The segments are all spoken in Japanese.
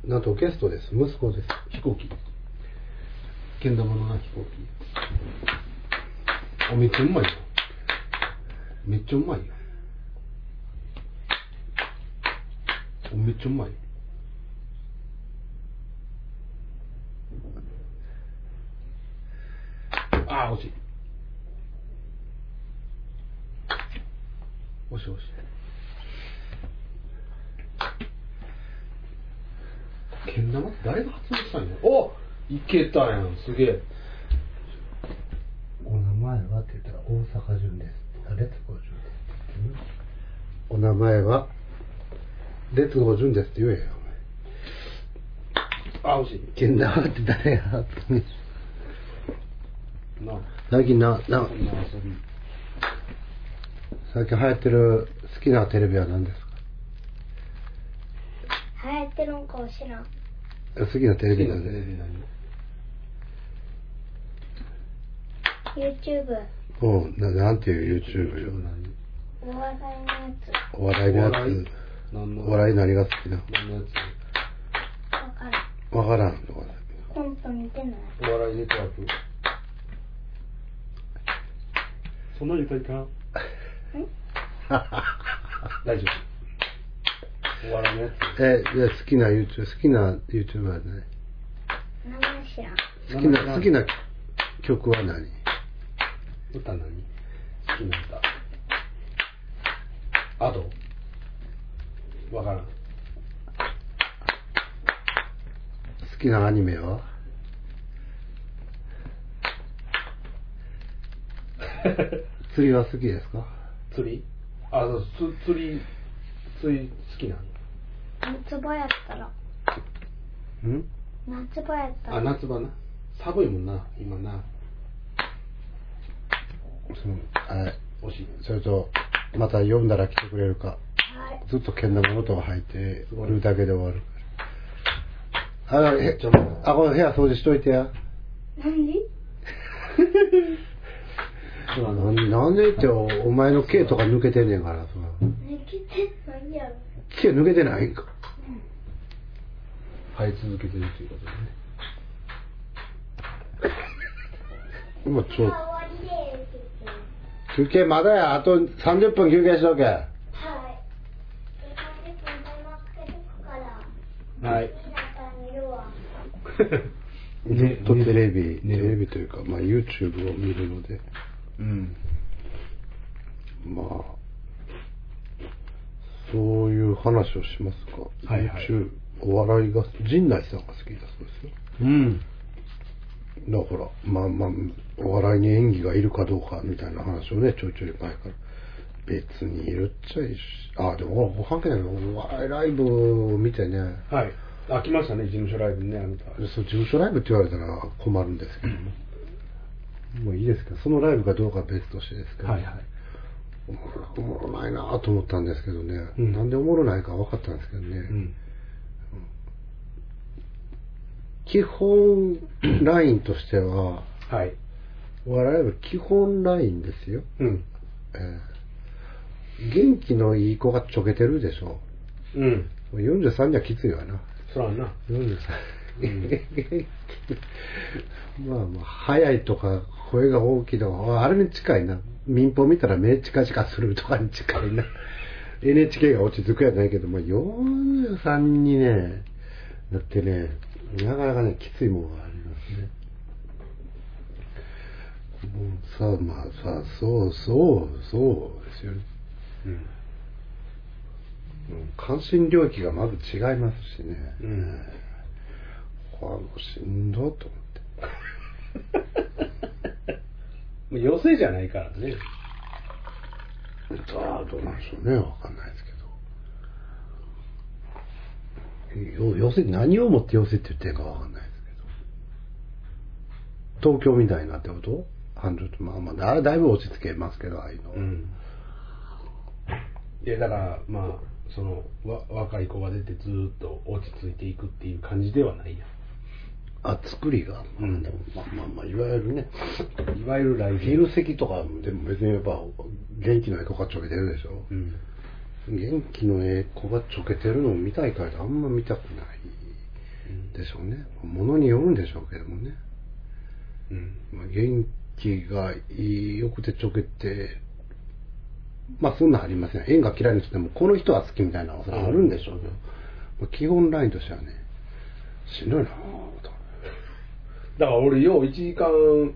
なんとゲストです。息子です。 飛行機。 けん玉のな飛行機。めっちゃうまいよ。めっちゃうまいよ。めっちゃうまいよ。ああ、惜しい。惜しい惜しい。けん玉って誰が発明したんや。お、いけたやん、すげえ。 お名前はって言ったら大阪順です。列郷順です。 お名前は列郷順ですって言えよ。あ、惜しい。 けん玉って誰や最近最近流行ってる好きなテレビは何ですか？ 流行ってるんかもしらん。 好きなテレビ何？ YouTube。 なんていう YouTube よ。 お笑いのやつ。 お笑いのやつ。お笑い何が好きな？ 何のやつ？ わからんとか。 コント見てない。 お笑いネットワーク。そんなに言ったらいかん。大丈夫。お笑いのやつ。 好きな YouTuber はね。 名前知らん。 好きな曲は何？ 歌何？好きな歌。アド？わからん。 好きなアニメは？釣りは好きですか？ 釣り？釣り好きなの？ 夏場やったら。夏場やったら。 夏場な。寒いもんな、今な。 惜しい。それと、また読んだら来てくれるか。 はい。 ずっとけん玉の音が入ってるだけで終わる。この部屋掃除しといてや。なんでってお前の毛とか抜けてんねんからさ。 抜けてないやろ。 毛抜けてないんか。 生え続けてるということでね。 今休憩まだや。あと30分休憩しとけ。 はい。30分タイマーつけとくから。 はい。 ずっとテレビというか、YouTube を見るので、そういう話をしますか。 はいはい。 YouTube、お笑いが陣内さんが好きだそうですよ。だからお笑いに演技がいるかどうかみたいな話をね、ちょいちょい前から。別にいるっちゃいいし、でも関係ないけど、お笑いライブを見てね。 はい。来ましたね、事務所ライブにね、あなた。 そう、事務所ライブって言われたら困るんですけども。もういいですけど、そのライブかどうかは別としてですけど、 はいはい。 おもろないなと思ったんですけどね、なんでおもろないか分かったんですけどね、基本ラインとしては、 はい。 お笑いライブ基本ラインですよ。元気のいい子がちょけてるでしょ。43にはきついわな。 そらな。 43。早いとか声が大きいとか、あれに近いな。民放見たら目チカチカするとかに近いな。NHK が落ち着くやないけど、43にね、だってね、なかなかね、きついものがありますね。そうですよね。関心領域がまず違いますしね。もうしんどと思って。 寄せじゃないからね。 どうなんでしょうね、わかんないですけど。寄せ、何をもって寄せって言ってるかわかんないですけど。東京みたいなってこと？だいぶ落ち着けますけど、ああいうの。 いや、だから、若い子が出てずっと落ち着いていくっていう感じではないや。 作りが、いわゆるね、 いわゆるライブ昼席とかでも別にやっぱ元気のええ子がちょけてるでしょ。元気のええ子がちょけてるのを見たいからあんま見たくない。 でしょうね。ものによるんでしょうけどもね。まあ、元気が良くてちょけて、まあそんなんありません。縁が嫌いな人でもこの人は好きみたいなのはあるんでしょうけど、まあ、基本ラインとしてはね、しんどいなぁと。 だから俺よう1時間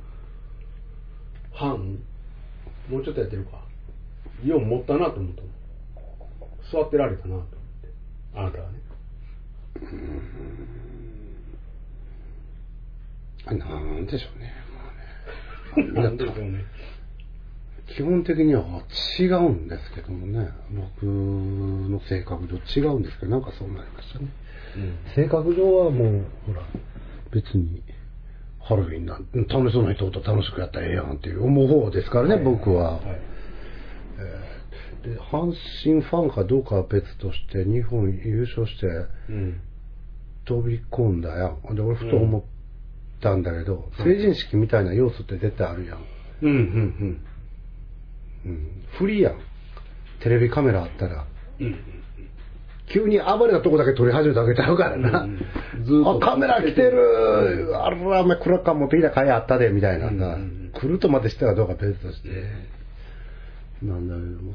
半もうちょっとやってるか、よう持ったなと思ったもん。座ってられたなと思って、あなたはね。 なんでしょうね。まあね。 なんでしょうね。 基本的には違うんですけどもね、僕の性格上違うんですけど、なんかそうなりましたね。性格上はもう、ほら、別に、ハロウィンなんて楽しそうな人と楽しくやったらええやんっていう思う方ですからね、僕は。で阪神ファンかどうかは別として、日本優勝して、飛び込んだやん。で、俺ふと思ったんだけど、成人式みたいな要素って絶対あるやん。フリーやん。テレビカメラあったら。急に暴れたとこだけ撮り始めたわけちゃうからな。ずっとカメラ来てる、あら、お前クラッカー持ってきた甲斐あったで、みたいなさ、来るとまでしてはどうか別として。なんだけども、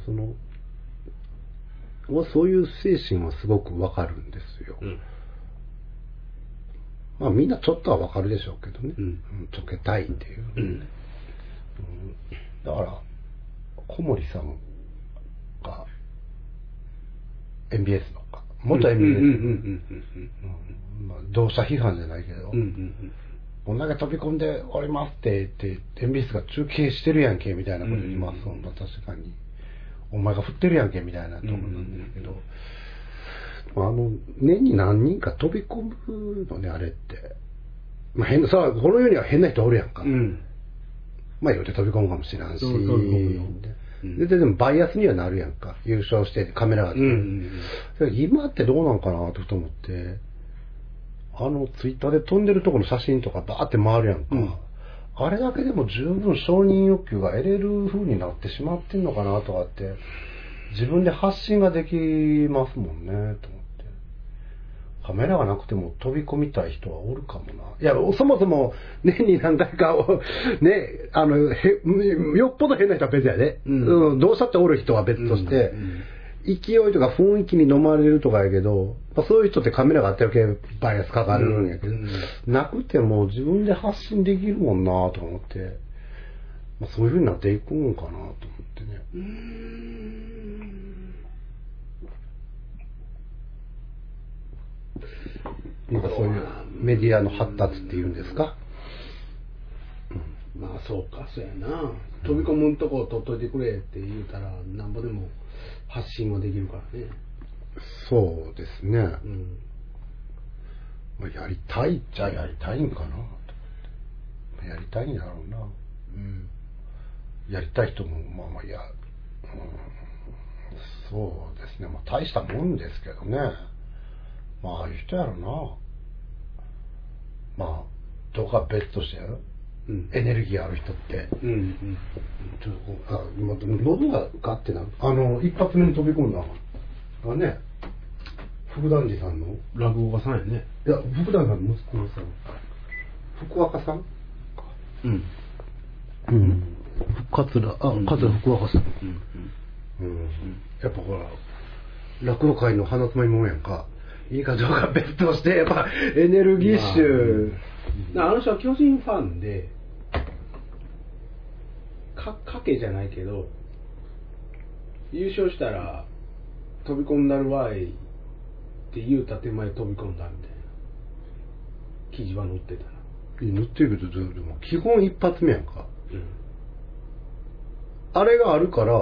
そういう精神はすごくわかるんですよ。まあみんなちょっとはわかるでしょうけどね。ちょけたいっていう、だから、小森さんが、MBS のか。元 MBS。同社批判じゃないけど、こんだけ飛び込んでおりますって言って、MBS が中継してるやんけ、みたいなこと言います。確かに。お前が振ってるやんけ、みたいなところなんですけど、年に何人か飛び込むのね、あれって。まあさあ、この世には変な人おるやんか。まあ、予定飛び込むかもしれんし。でもバイアスにはなるやんか。優勝してカメラが来て、今ってどうなんかなと思って、ツイッターで飛んでるとこの写真とかバーって回るやんか。あれだけでも十分承認欲求が得れる風になってしまってんのかなとかって、自分で発信ができますもんね、と思って。カメラがなくても飛び込みたい人はおるかもな。いや、そもそも年に何回か、ね、よっぽど変な人は別やで。どうしたっておる人は別として、勢いとか雰囲気に飲まれるとかやけど、そういう人ってカメラがあってるけバイアスかかるんやけど、なくても自分で発信できるもんなと思って、そういう風になっていくんかなと思ってね。なんかそういうメディアの発達っていうんですか。 まあそうか、そうやな。飛び込むとこを取っといてくれって言うたら、なんぼでも発信はできるからね。 そうですね。やりたいっちゃやりたいんかな。やりたいんやろうな。やりたい人もそうですね。大したもんですけどね。ああいう人やろな。どうか別としてやる。エネルギーある人って。ちょっと喉がガッてなる。一発目に飛び込んだね、福団次さんの落語家さんやね。 いや、福団さんの息子のさん、福若さん。桂福若さん。やっぱほら、落語界の花妻もんやんか。いいかどうか別として、やっぱエネルギッシュ。 あの人は巨人ファンで、賭けじゃないけど、優勝したら飛び込んだるわいって言うた手前飛び込んだみたいな記事は載ってたな。 載ってるけど、でも基本一発目やんか。あれがあるから、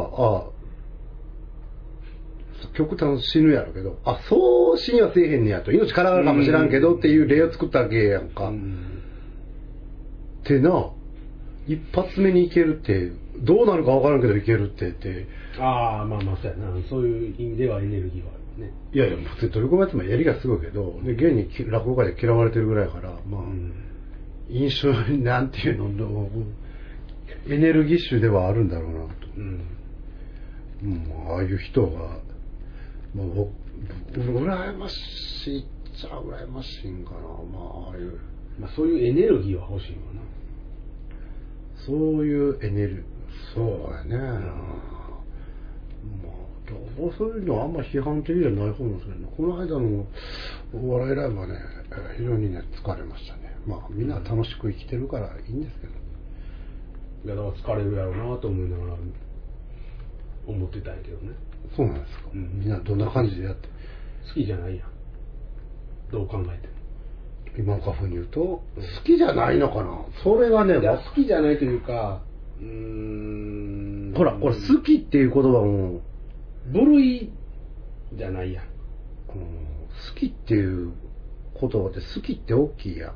極端死ぬやろけど、そう死にはせえへんねやと、命からがるかもしらんけどっていう例を作ったわけやんか。ってな、一発目にいけるって、どうなるか分からんけどいけるってって。 そうやな。そういう意味ではエネルギーはあるね。 いや、普通に飛び込むやつも襟がすごいけど、で現に落語界で嫌われてるぐらいやから、印象になんていうの、エネルギッシュではあるんだろうなと。ああいう人が、羨ましいっちちゃ羨ましいんかな。まあ、ああいう。 まあそういうエネルギーは欲しいわな。 そういうエネルギー。そうやね。まあ、そういうのはあんま批判的じゃない方なんですけどね。この間のお笑いライブはね、非常にね、疲れましたね。まあ、みんな楽しく生きてるからいいんですけど。 いや、だから疲れるやろうなと思いながら思ってたんやけどね。 そうなんですか。みんなどんな感じでやって。 好きじゃないやん。どう考えても。 今の風に言うと、好きじゃないのかな。それがね、 いや好きじゃないというか、 ほら、これ好きっていう言葉も、 部類じゃないやん。 好きっていう言葉って好きって大きいやん。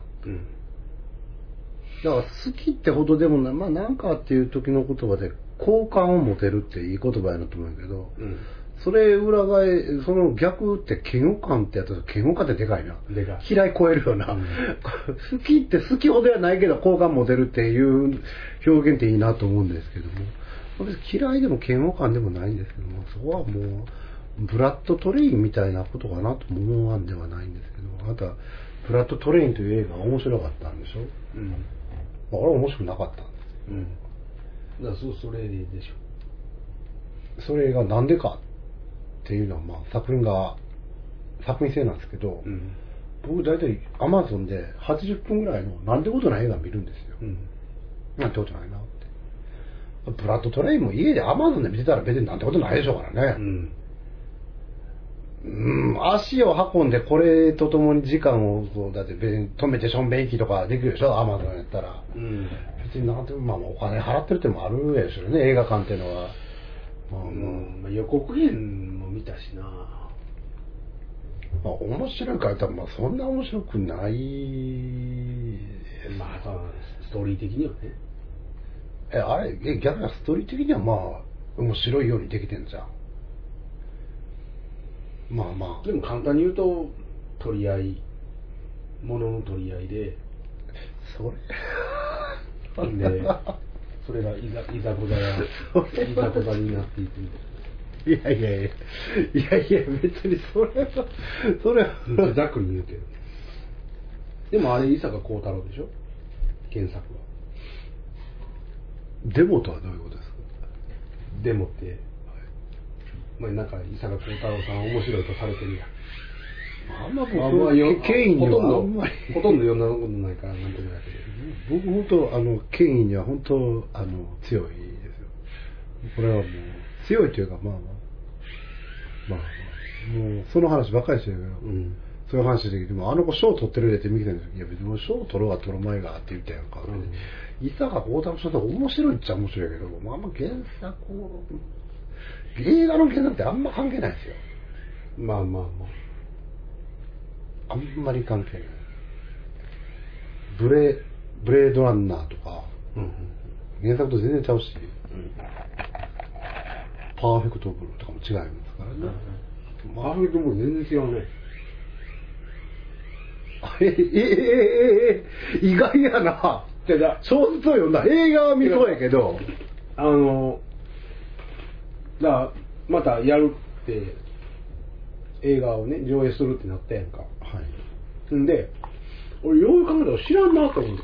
だから好きってほどでもない、まあなんかっていう時の言葉で好感を持てるっていい言葉やなと思うんだけど、それ裏返その逆って嫌悪感ってやったら嫌悪感ってでかいな。 でかい。 嫌い超えるよな、好きって好きほどはないけど好感持てるっていう表現っていいなと思うんですけども、別に嫌いでも嫌悪感でもないんですけども、そこはもうブラッドトレインみたいなことかなとも思わんではないんですけど、あなたブラッドトレインという映画面白かったんでしょ。まあ、俺は面白くなかったんですよ。 だからそれでしょ。 それがなんでかっていうのは、まあ作品性なんですけど、僕大体 Amazon で80分ぐらいのなんてことない映画見るんですよ。なんてことないなって。ブラッドトレインも家で Amazon で見てたら別になんてことないでしょうからね。足を運んでこれとともに時間をだって別に止めてしょんべん行きとかできるでしょ、Amazon やったら。別になんて、まあお金払ってるってのもあるでしょうね、映画館っていうのは。 まあ予告編も見たしな。 まあ面白いか言ったら、まあそんな面白くない。 まあストーリー的にはね。 あれ逆にストーリー的にはまあ面白いようにできてんじゃん。まあまあでも簡単に言うと取り合い、物の取り合いで、 それがいざこざになっていくみたいな。 いや別にそれはざっくり言うけど。でもあれ伊坂幸太郎でしょ、原作は。 デモとはどういうことですか。 デモって、まあなんか伊坂幸太郎さん面白いとされてるやん。 あんま僕権威にはあんまりほとんど読んだことないからなんともやけど、 僕本当権威には本当強いですよ。これはもう強いというかまあもうその話ばっかりしてるけど、そういう話できても子賞取ってるでって見てたんですけど、いや別に賞取ろうが取る前がって言ったやんか。伊坂幸太郎さんって面白いっちゃ面白いけど、あんま原作を映画の原作ってあんま関係ないですよ。 まああんまり関係ない。ブレードランナーとか、原作と全然ちゃうし、パーフェクトブルーとかも違いますからね。 パーフェクトブルー全然違うね。 意外やな。小説を読んだ。映画は見そうやけど、 だからまたやるって映画をね上映するってなったやんか。んで俺よう考えたら知らんなと思って、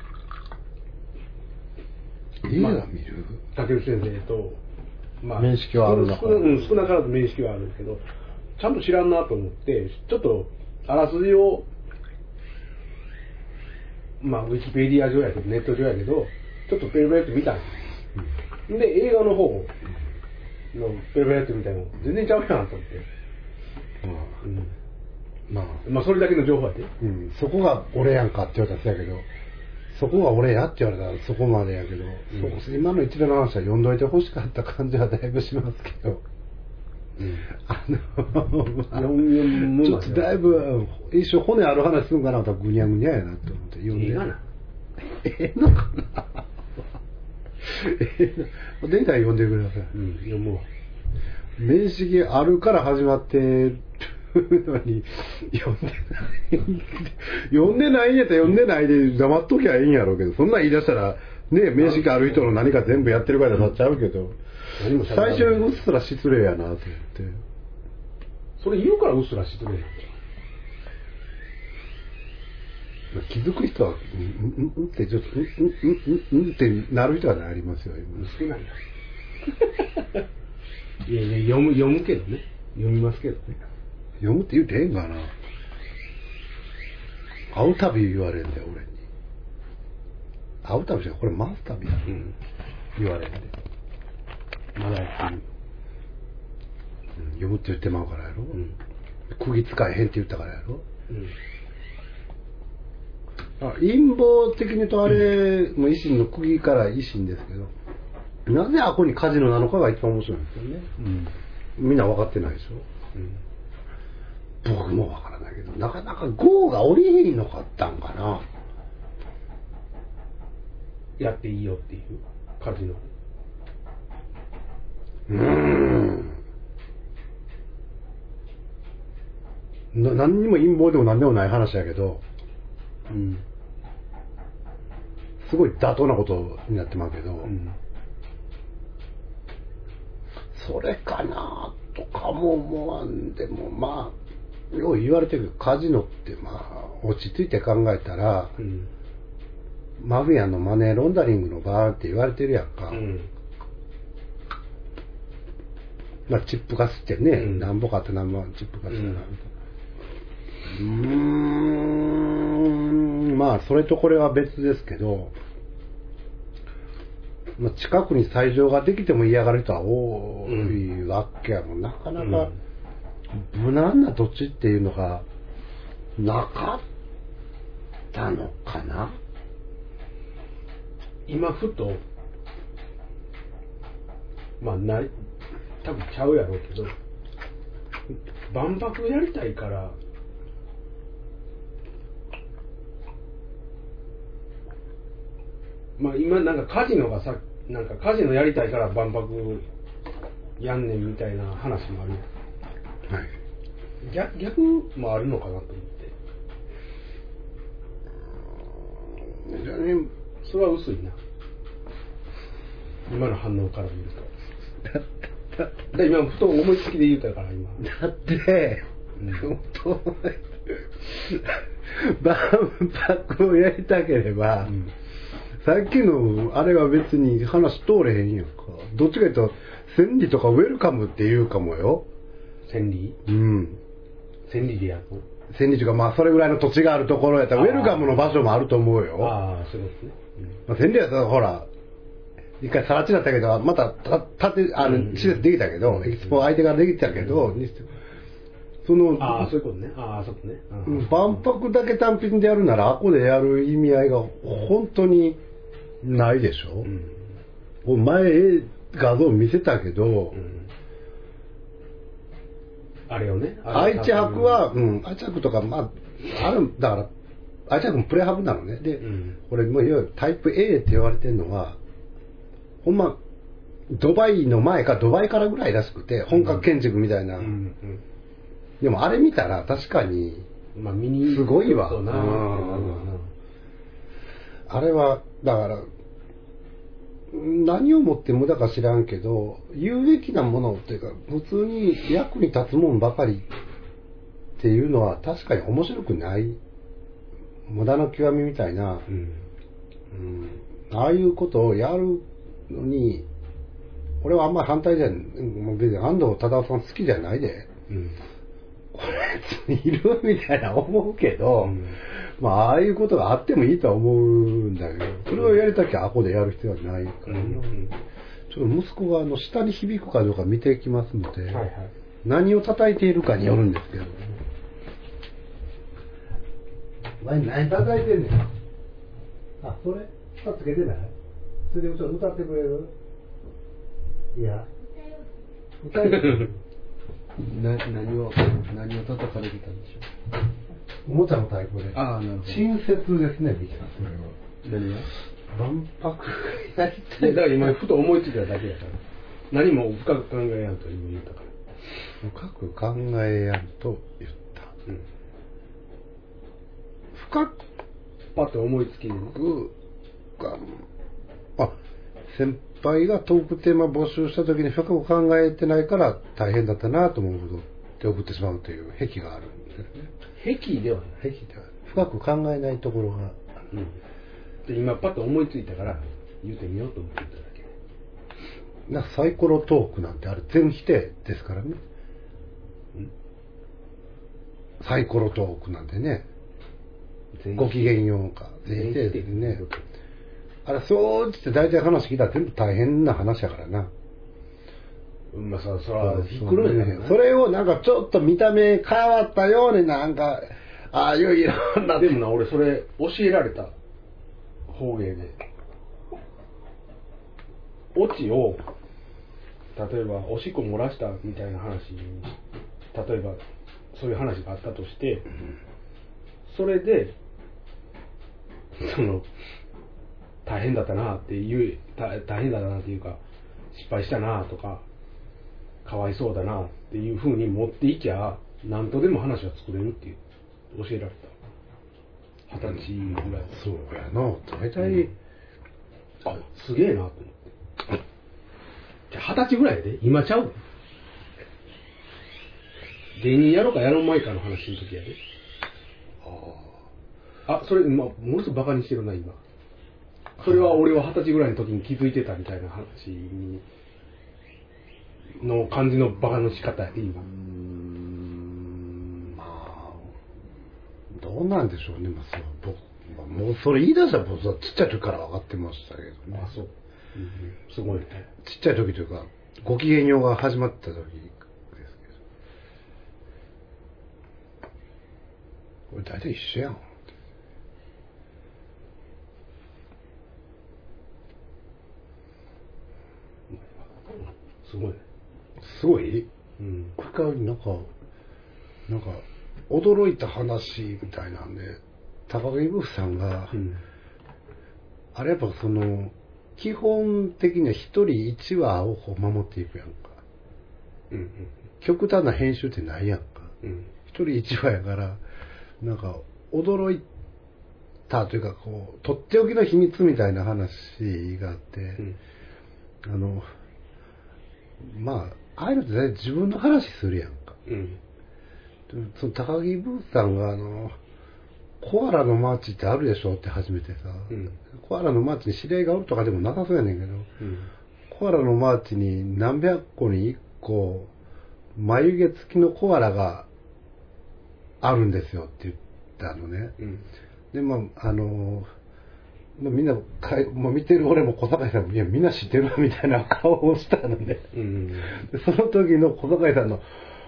映画見る武先生と、 面識はあるのか少なからず面識はあるけど、ちゃんと知らんなと思ってちょっとあらすじをウィキペディア上やけどネット上やけどちょっとペラペラって見たんで、映画の方のペラペラって見たの全然ちゃうやんと思って、まあそれだけの情報やで、 そこが俺やんかって言われたらそうやけど、そこが俺やって言われたらそこまでやけど、今の一連の話は読んどいてほしかった感じはだいぶしますけど、ちょっとだいぶ一生骨ある話するんかなとぐにゃぐにゃやなと思って読んで、ええのかな電台読んでください。 読むわ。 面識あるから始まってるのに読んでないんやったら読んでないで黙っときゃいいんやろうけど、そんなん言い出したらね、面識ある人の何か全部やってるからなっちゃうけど、最初にうっすら失礼やなと思って。 それ言うからうっすら失礼なんじゃん。 気づく人は、うんってちょっと、うんってなる人はなりますよ、 少ないな。いやいや、読むけどね。読みますけどね。 読むって言うてええんかな。会うたび言われるんだよ、俺に。会うたびじゃ、これ回すたびや、言われるんで。 まだやってる。 読むって言ってまうからやろ。釘使えへんって言ったからやろ。陰謀的に言うとあれ、もう維新の釘から維新ですけど、なぜあこにカジノなのかが一番面白いんですよね。みんな分かってないでしょ。僕も分からないけど、なかなかゴーが降りへんのかったんかな。 やっていいよっていうカジノ。 何にも陰謀でも何でもない話やけど、すごい妥当なことになってますけど、それかなとかも思わんでも、まあよう言われてるけど、カジノってまあ落ち着いて考えたら、マフィアのマネーロンダリングの場って言われてるやんか。まあチップ化してね、なんぼかって何万チップ化してなみたいな。まあそれとこれは別ですけど、まあ、近くに斎場ができても嫌がる人は多いわけやもん。なかなか無難な土地っていうのがなかったのかな。 今ふとまあない、多分ちゃうやろうけど、万博やりたいからまあ今なんかカジノがさ、なんかカジノやりたいから万博やんねんみたいな話もあるやん。逆もあるのかなと思って。それは薄いな。今の反応から見ると。で今ふと思いつきで言うたから今。 だって、万博をやりたければ、さっきのあれは別に話通れへんやんか。どっちかというと千里とかウェルカムっていうかもよ。 千里？千里でやるの？ 千里とかまあそれぐらいの土地があるところやったらウェルカムの場所もあると思うよ。 ああ、そういうことね。 まあ、千里やったらほら一回さら地だったけど、また施設できたけど、エキスポ相手ができたけど、そのああ、そういうことね。ああ、そうね。 万博だけ単品でやるならあこでやる意味合いが本当にないでしょ。前画像見せたけど、 あれをね、 愛知博は、愛知博とかまああるだから愛知博もプレハブなのね。で、これもいわゆるタイプ A って言われてるのはほんまドバイの前かドバイからぐらいらしくて、本格建築みたいな。でもあれ見たら確かにすごいわ。あれはだから何をもって無駄か知らんけど、有益なものっていうか普通に役に立つもんばかりっていうのは確かに面白くない、無駄の極みみたいな、ああいうことをやるのに俺はあんまり反対じゃん。別に安藤忠雄さん好きじゃないで、これいるみたいな思うけど、まあああいうことがあってもいいとは思うんだけど、それをやりたきゃあこでやる必要はないから、ちょっと息子が下に響くかどうか見ていきますので、何を叩いているかによるんですけど、 何叩いてんねん。あ、それつけてない？それでちょっと歌ってくれる？いや歌える。 何を叩かれてたんでしょう。 おもちゃの太鼓で。 ああ、なるほど。 親切ですね、ミキさん、それは。 何が？ 万博やりたい。 だから今ふと思いついただけやから。何も深く考えやんと今言ったから。 深く考えやんと言った。深くパッと思いつきでね。 先輩がトークテーマ募集した時に深く考えてないから大変だったなと思うことって送ってしまうという癖があるんですね。 癖ではない。 癖では深く考えないところが、 で今パッと思いついたから言うてみようと思ってただけ。 なんかサイコロトークなんてあれ全否定ですからね。サイコロトークなんてね、ご機嫌ようか全否定ですね。あれそうって大体話聞いたら全部大変な話やからな。 まあそらひっくるめね。 それをなんかちょっと見た目変わったようになんかああいういろんな。 でもな俺それ教えられた方言でオチを例えばおしっこ漏らしたみたいな話に例えばそういう話があったとして、それでその大変だったなっていう大変だなっていうか失敗したなとかかわいそうだなっていう風に持っていきゃ何とでも話は作れるっていう教えられた。20歳ぐらい。 そうやな大体、 あすげえなと思って。じゃあ20歳ぐらいで今ちゃうで。芸人やろうかやろうまいかの話の時やで。あそれ今ものすごくバカにしてるな今。それは俺は20歳ぐらいの時に気づいてたみたいな話にの感じのバカの仕方やで今。 まあどうなんでしょうね。まあそうもうそれ言い出したら僕はちっちゃい時から分かってましたけどね。 あそう、すごいね。 ちっちゃい時というかご機嫌ようが始まった時ですけど、これ大体一緒やん。 すごいね。 すごい、 これからなんか驚いた話みたいなんで高木ブーさんが、あれやっぱその基本的には一人一話を守っていくやんか、極端な編集ってないやんか、一人一話やからなんか驚いたというかこうとっておきの秘密みたいな話があって、まあああいうのって大体自分の話するやんか、その高木ブーさんがコアラのマーチってあるでしょって初めてさ、コアラのマーチに知り合いがおるとかでもなさそうやねんけど、コアラのマーチに何百個に1個眉毛付きのコアラがあるんですよって言ったのね、でまあみんなもう見てる俺も小坂井さんもいやみんな知ってるみたいな顔をしたのね、でその時の小坂井さんの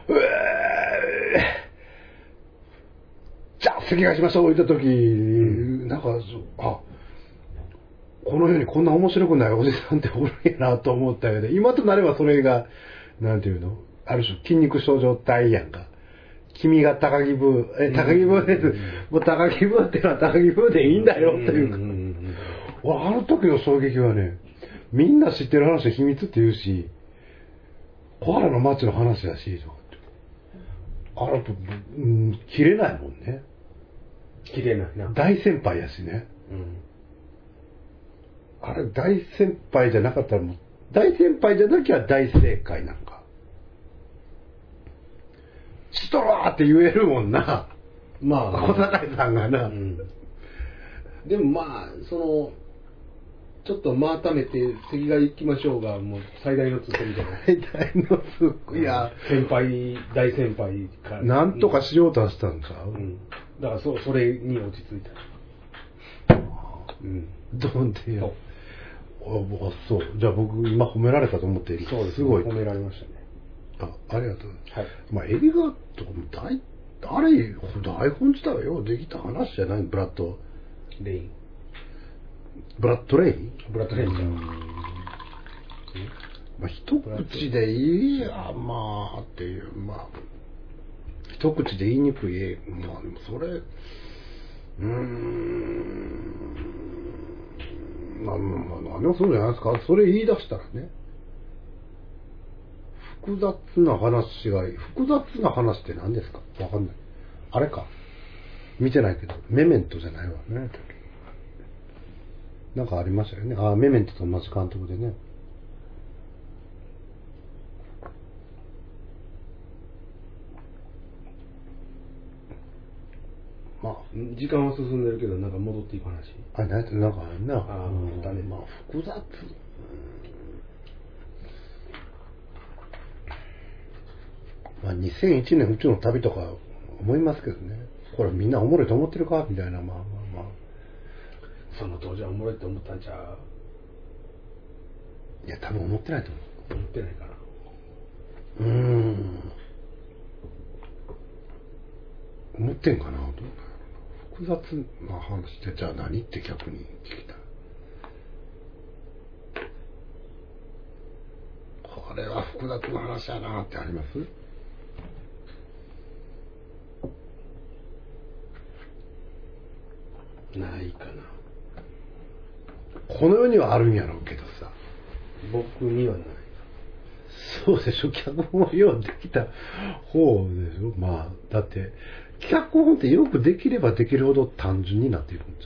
じゃあ席替えしましょう言った時、なんかこの世にこんな面白くないおじさんっておるんやなと思ったよね。今となればそれがなんていうのある種筋肉症状体やんか。君が高木ブー高木ブーです、もう高木ブーってのは高木ブーでいいんだよというか、あの時の衝撃はね、みんな知ってる話で秘密って言うしコアラのマッチの話だしとかって、切れないもんね。 切れないな。 大先輩やしね、あれ大先輩じゃなかったらもう大先輩じゃなきゃ大正解なんか知っとるわって言えるもんな。 まあ小坂井さんがな、 でもまあそのちょっと改めて席が行きましょうがもう最大のツッコミじゃない。 最大のツッコミ、いや大先輩からなんとかしようとはしたんさ、 だからそれに落ち着いた。 どんでよ。そうじゃあ僕今褒められたと思っている。 そうです、 すごい褒められましたね。 ありがとう。まあ映画とかもあれ台本自体はようできた話じゃないの。ブラッドレインじゃん。 まあ一口でいいやまあっていう一口で言いにくいまあでもそれ何でもそうじゃないですか。それ言い出したらね複雑な話って何ですかわかんない。あれか見てないけどメメントじゃないわね。なんかありましたよね。メメントと同じ監督でね。 まあ、 時間は進んでるけど、なんか戻っていく話。 なんかあんな、 あだねまあ複雑。まあ2001年宇宙の旅とか思いますけどね。これみんなおもろいと思ってるかみたいな、まあ。 その当時はおもろいって思ったんちゃう？ いや、多分思ってないと思う。 思ってないかな。 思ってんかなと思った。複雑な話ってじゃあ何って逆に聞きたい。これは複雑な話やなってあります？ ないかな。 この世にはあるんやろうけどさ。 僕にはない。 そうでしょ、脚本はようできた方でしょ。まあだって脚本ってよくできればできるほど単純になっていくん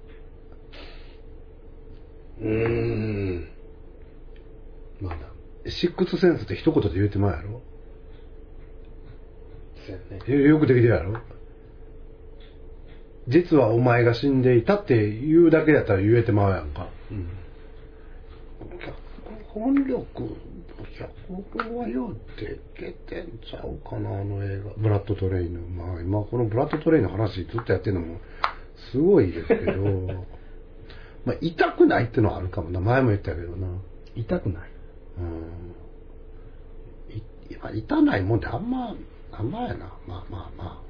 ですよ。 まだ。 シックスセンスって一言で言うてまうやろ。 そうやね。 よくできてるやろ。実はお前が死んでいたって言うだけだったら言えてまうやんか。脚本力、脚本はようできてんちゃうかな、あの映画。ブラッドトレインの。まあ今このブラッドトレインの話ずっとやってるのもすごいですけど、まあ痛くないっていうのはあるかもな。前も言ったけどな。 痛くない。 痛ないもんってあんまやな。まあ。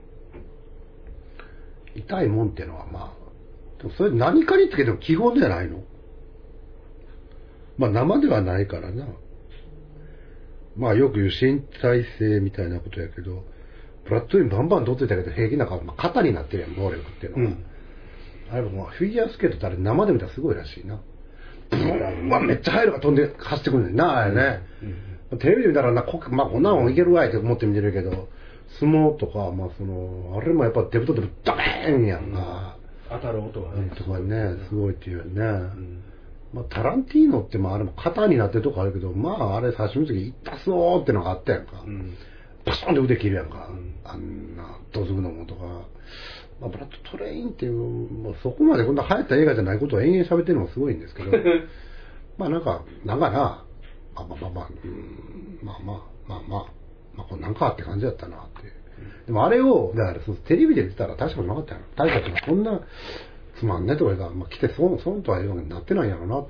痛いもんっていうのはまあ、でもそれ何かにつけても基本じゃないの。まあ生ではないからな。まあよく言う身体性みたいなことやけど、ブラッドトレインバンバン取ってたけど平気なから、まあ、肩になってるやん、能力っていうのは。あれもまあフィギュアスケートってあれ生で見たらすごいらしいな。うわ、めっちゃ速いのが飛んで走ってくるねんな、あれね。テレビで見たらな、まあこんなもんいけるわいって思って見てるけど、相撲とか、まああれもやっぱデブとデブドメーンやんか。 当たる音がね。 とかね、すごいっていうよね。まあタランティーノってまああれも肩になってるとこあるけど、まああれ最初の時痛そうってのがあったやんか。パションって腕切るやんか。あんな、どつぐのもとか。まあ、ブラッドトレインっていう、もうそこまでこんな流行った映画じゃないことを延々喋ってるのもすごいんですけど、まあなんかな、まあ、こんなんかって感じだったなって。でもあれを、だからテレビで見てたら大したことなかったよ。大したことこんなつまんねえとかが、まあ、来て損とはいうわけになってないんやろうなと思って。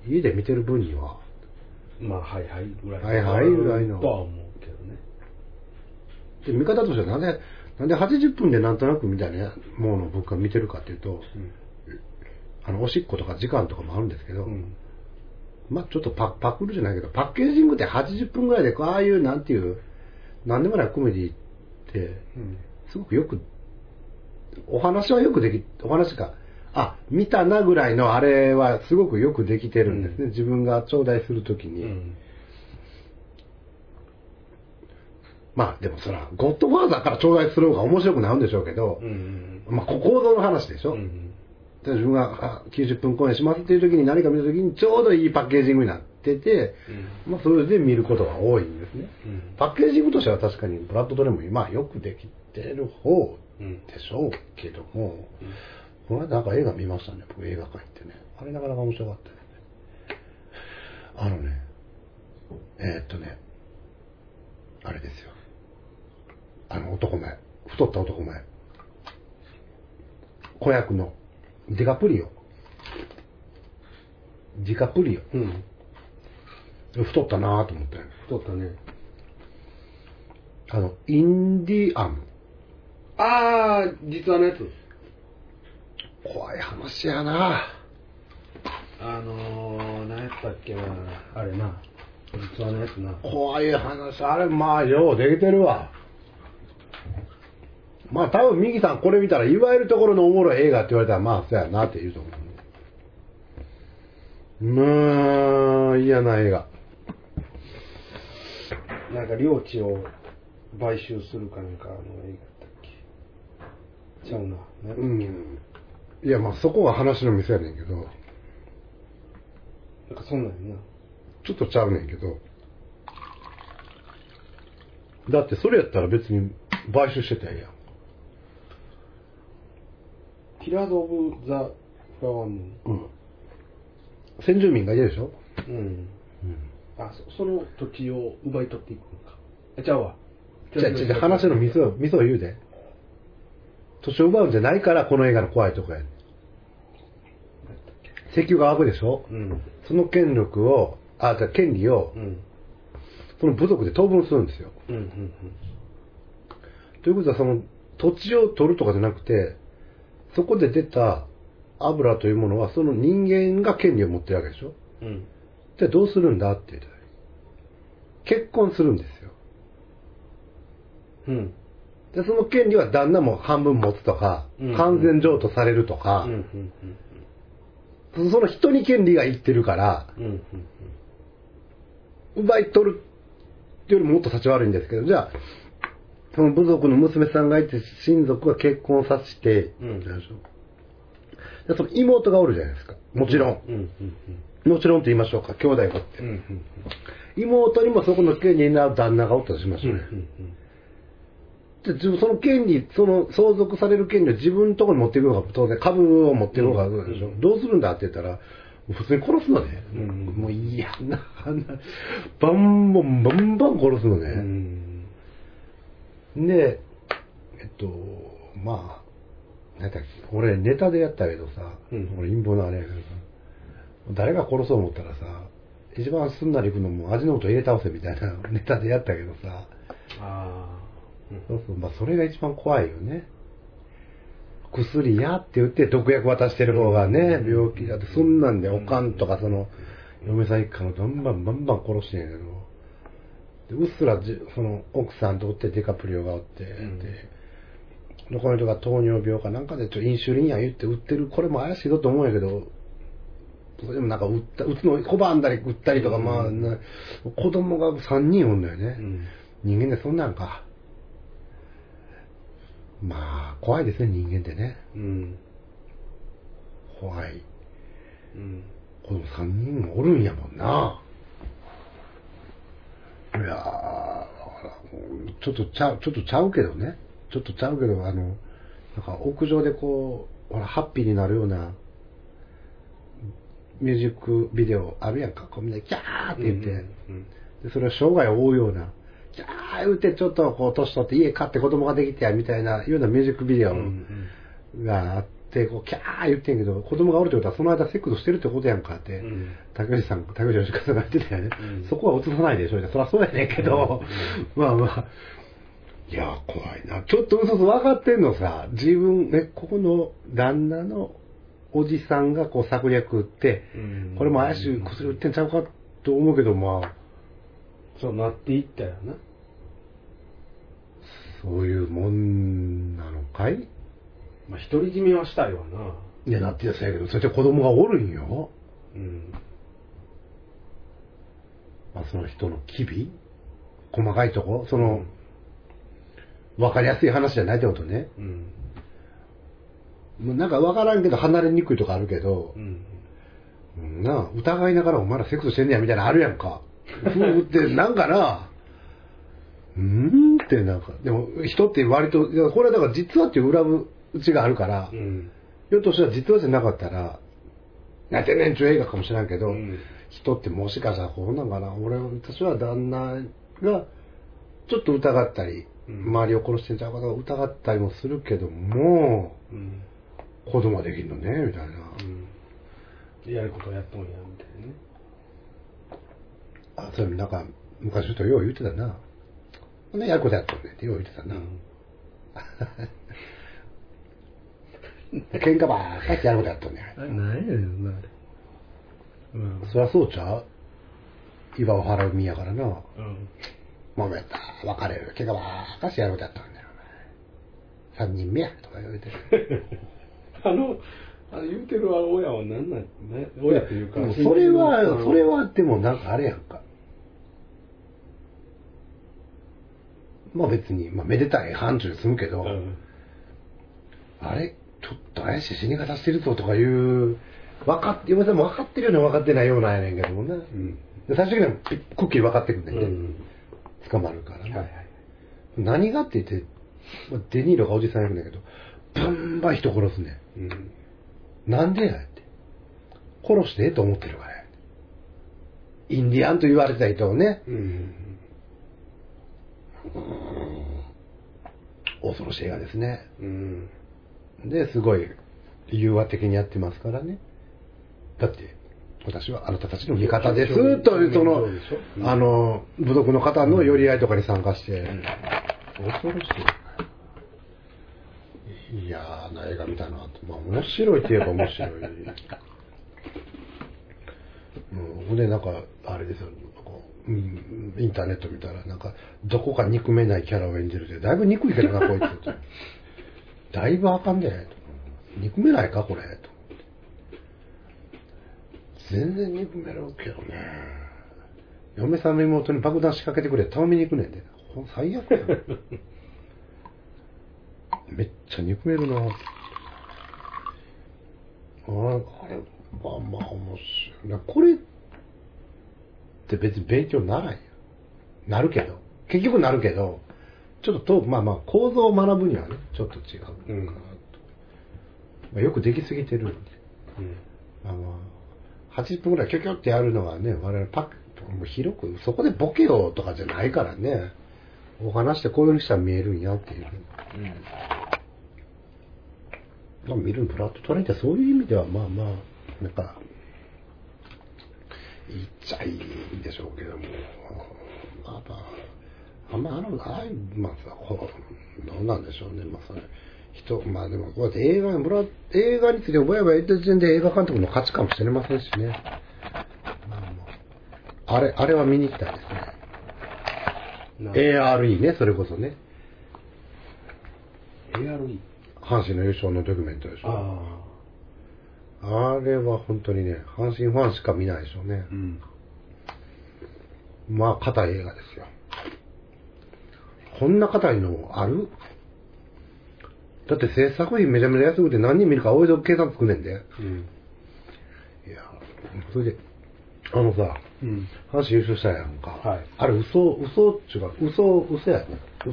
家で見てる分には。 まあ、はいぐらい。 はいぐらいの。 とは思うけどね。 で、見方としてはなんで80分でなんとなくみたいなものを僕が見てるかっていうと、おしっことか時間とかもあるんですけど、まあちょっとパクるじゃないけど、パッケージングって80分ぐらいで、ああいうなんていう、なんでもないコメディって、すごくよく、お話はよくお話か、見たなぐらいのあれはすごくよくできてるんですね。自分が頂戴するときに。まあでもそら、ゴッドファーザーから頂戴する方が面白くなるんでしょうけど、まあ構造の話でしょ。で自分が90分公演しますっていう時に何か見た時にちょうどいいパッケージングになってて、まあそれで見ることが多いんですね。パッケージングとしては確かにブラッドトレインも今よくできてる方でしょうけども、この間なんか映画見ましたね、僕映画館行ってね。あれなかなか面白かったですね。あれですよ。男前。太った男前。子役の。ディカプリオ。太ったなぁと思ったよ。 太ったね。 インディアン。 実話のやつ。 怖い話やな何やったっけな。あれな。実話のやつな。 怖い話。あれ、まあ、ようできてるわ。まあ、多分、ミキさんこれ見たら、いわゆるところのおもろい映画って言われたら、まあ、そうやなって言うと思う。まあ、嫌な映画。 なんか、領地を買収するかなんかの映画だったっけ。ちゃうな。 いや、まあ、そこが話の店やねんけど。 なんか、そんなんやな。 ちょっとちゃうねんけど。だって、それやったら別に買収してたらええやん。 キラード・オブ・ザ・フラワームーン。 うん。先住民がいるでしょ。 うん。 うん。 その土地を奪い取っていくのか。ちゃうわ。 話のミスを言うで。土地を奪うんじゃないからこの映画の怖いとこやねん。石油が湧くでしょ。 うん。 その権利を、 うん。 その部族で当分するんですよ。 うんうんうん。 ということはその土地を取るとかじゃなくて、そこで出た油というものはその人間が権利を持ってるわけでしょ。 うん。 じゃあどうするんだって言ったら、結婚するんですよ。 うん。 でその権利は旦那も半分持つとか、完全譲渡されるとか、 うんうんその人に権利がいってるから、 うんうん奪い取るっていうよりももっと立ち悪いんですけど、じゃあその部族の娘さんがいて親族が結婚させて、でその妹がおるじゃないですか。もちろん、 うんうんもちろんって言いましょうか、兄弟がおって、 うんうん妹にもそこの権利になる旦那がおったとしましょうね。でその権利、その相続される権利を自分のところに持っていくのが当然、株を持っていくのがそうでしょ。どうするんだって言ったら、普通に殺すのね。もう嫌な、バンバン殺すのね。で、まあ、なんだっけ、俺ネタでやったけどさ、俺陰謀のあれやけどさ、誰が殺そう思ったらさ、一番すんなりいくのも味の素入れ倒せみたいなネタでやったけどさ、そうそう、まあそれが一番怖いよね。薬やって言って毒薬渡してる方がね、病気だって、そんなんでおかんとかその嫁さん一家のバンバン殺してんやけど、でうっすらその奥さんとおってデカプリオがおって、でこの人が糖尿病かなんかでインシュリンや言って売ってる、これも怪しいぞと思うんやけど、それでもなんか打つの拒んだり打ったりとか、まあ子供が3人おんだよね、人間でそんなんか。まあ怖いですね、人間ってね。怖い。子供3人もおるんやもんな。いやー、ちょっとちゃうけどね。なんか屋上でこう、ほら、ハッピーになるようなミュージックビデオあるやんか。こうみんなキャーって言って、でそれを生涯を追うような、キャー言うてちょっとこう年取って家買って子供ができてやみたいなようなミュージックビデオがあって、こうキャー言ってんけど、子供がおるってことはその間セックスしてるってことやんかって、竹内吉川さんが言ってたよね。そこは映さないでしょ。そりゃそうやねんけど、まあ、いや怖いな。ちょっと嘘分かってんのさ、自分ね、ここの旦那のおじさんがこう策略打って、これも怪しい薬売ってんちゃうかと思うけど、まあそうなっていったよな。 そういうもんなのかい？ まあ独り占めはしたいわな。 いや、なってやつやけど、それで子供がおるんよ。まあその人の機微、細かいとこ、その、分かりやすい話じゃないってことね。なんか分からんけど離れにくいとかあるけど、疑いながらお前らセックスしてんねやみたいなのあるやんか。ってなんかな、ってなんか、でも人って割と、これはだから実話っていう裏打ちがあるから、ひょっとしたら実話じゃなかったら、やってんねんちゅう映画かもしれんけど、人ってもしかしたらこうなんかな、私は旦那がちょっと疑ったり、周りを殺してんちゃうかとか疑ったりもするけども、子供はできるのねみたいな、 やることやっとんやみたいなね。 あ、それなんか昔の人よう言ってたな。やることやっとんねってよう言ってたな。喧嘩ばっかりやることやっとんねん。 何やねんなあれ。 そりゃそうちゃう。岩を払う身やからな。揉めた、別れる、喧嘩ばっかしやることやったんだよ。3人目やとか言われてる。 言うてる親は何なん、親というか、 それはでもなんかあれやんか。まあ別に、まあめでたい範疇で済むけど、あれちょっと怪しい死に方してるぞとかいう、嫁さんも分かってるような分かってないようなんやねんけどもな。最終的にはくっきり分かってくんねんね。捕まるからね。何がって言って、デニーロがおじさんやるんだけど、 バンバン人殺すねうん。 ん。なんでやって。殺してええと思ってるからや。インディアンと言われてた人をね、 うん。 恐ろしい映画ですね。 うん。 で、すごい融和的にやってますからね。だって、私はあなたたちの味方ですという、その、部族の方の寄り合いとかに参加して、恐ろしい。嫌な映画見たなと。まあ、面白いって言えば面白い。ほんで、なんか、あれですよ、インターネット見たら、なんか、どこか憎めないキャラを演じるって、だいぶ憎いけどな、こいつと。だいぶあかんで、と。憎めないか、これ、と。全然憎めるけどね。嫁さんの妹に爆弾仕掛けてくれ、頼みに行くねんで。最悪やん。めっちゃ憎めるな。あれ、まあまあ面白い。これって別に勉強ならんよ。なるけど。結局なるけど、ちょっとまあまあ構造を学ぶにはね、ちょっと違うかなと。まあ、よくできすぎてるんで。まあまあ、80分ぐらいキョキョってやるのはね、我々パッともう広く、そこでボケようとかじゃないからね。お話してこういう風にしたら見えるんやっていう。まあ見るプラット取れてそういう意味ではまあまあ、なんか、言っちゃいいんでしょうけども、まあまあ、あんままあさ、どうなんでしょうね、まあそれ。まあでも、こうやって映画について覚えれば言った時点で映画監督の価値かもしれませんしね。まあまあ、あれは見に行きたいですね。ARE ね、それこそね。 ARE？ 阪神の優勝のドキュメントでしょ。あれは本当にね、阪神ファンしか見ないでしょうね。まあ、硬い映画ですよ。こんな硬いのある？だって制作費めちゃめちゃ安くて何人見るかおいど計算つくねんで。いや、それで、さ、阪神優勝したやんか。 はい、あれ嘘っちゅうか、嘘やね。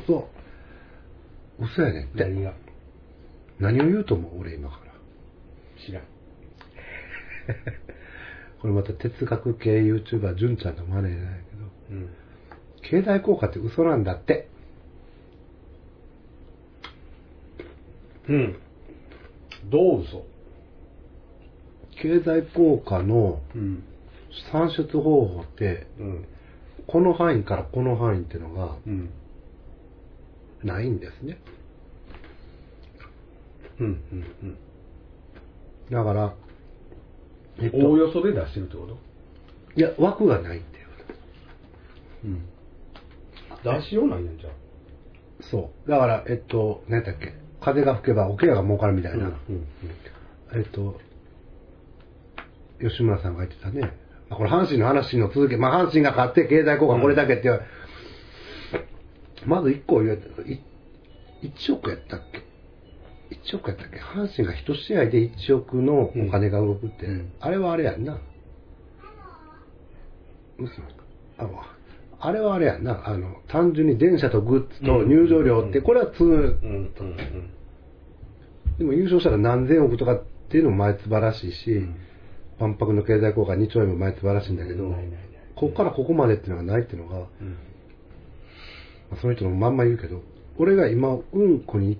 嘘やねんって。何を言うと思う俺今から。 知らん。 これまた哲学系 YouTuber 純ちゃんの真似じゃないけど、経済効果って嘘なんだって。 どう嘘？ 経済効果の算出方法って、この範囲からこの範囲っていうのがないんですね。だから、 おおよそで出してるってこと？ いや、枠がないっていうこと。出しようないやんじゃん。 そう。だから、何だっけ、風が吹けば桶屋が儲かるみたいな。吉村さんが言ってたね。これ阪神の話の続け、まあ阪神が勝って経済効果これだけって、まず1個言うと、1億やったっけ？1億やったっけ？阪神が1試合で1億のお金が動くって、あれはあれやんな。あれはあれやんな。単純に電車とグッズと入場料って、これはでも優勝したら何千億とかっていうのも前素晴らしいし、万博の経済効果2兆円も前素晴らしいんだけど、ここからここまでっていうのがないっていうのが、その人のまんま言うけど、俺が今うんこに行って、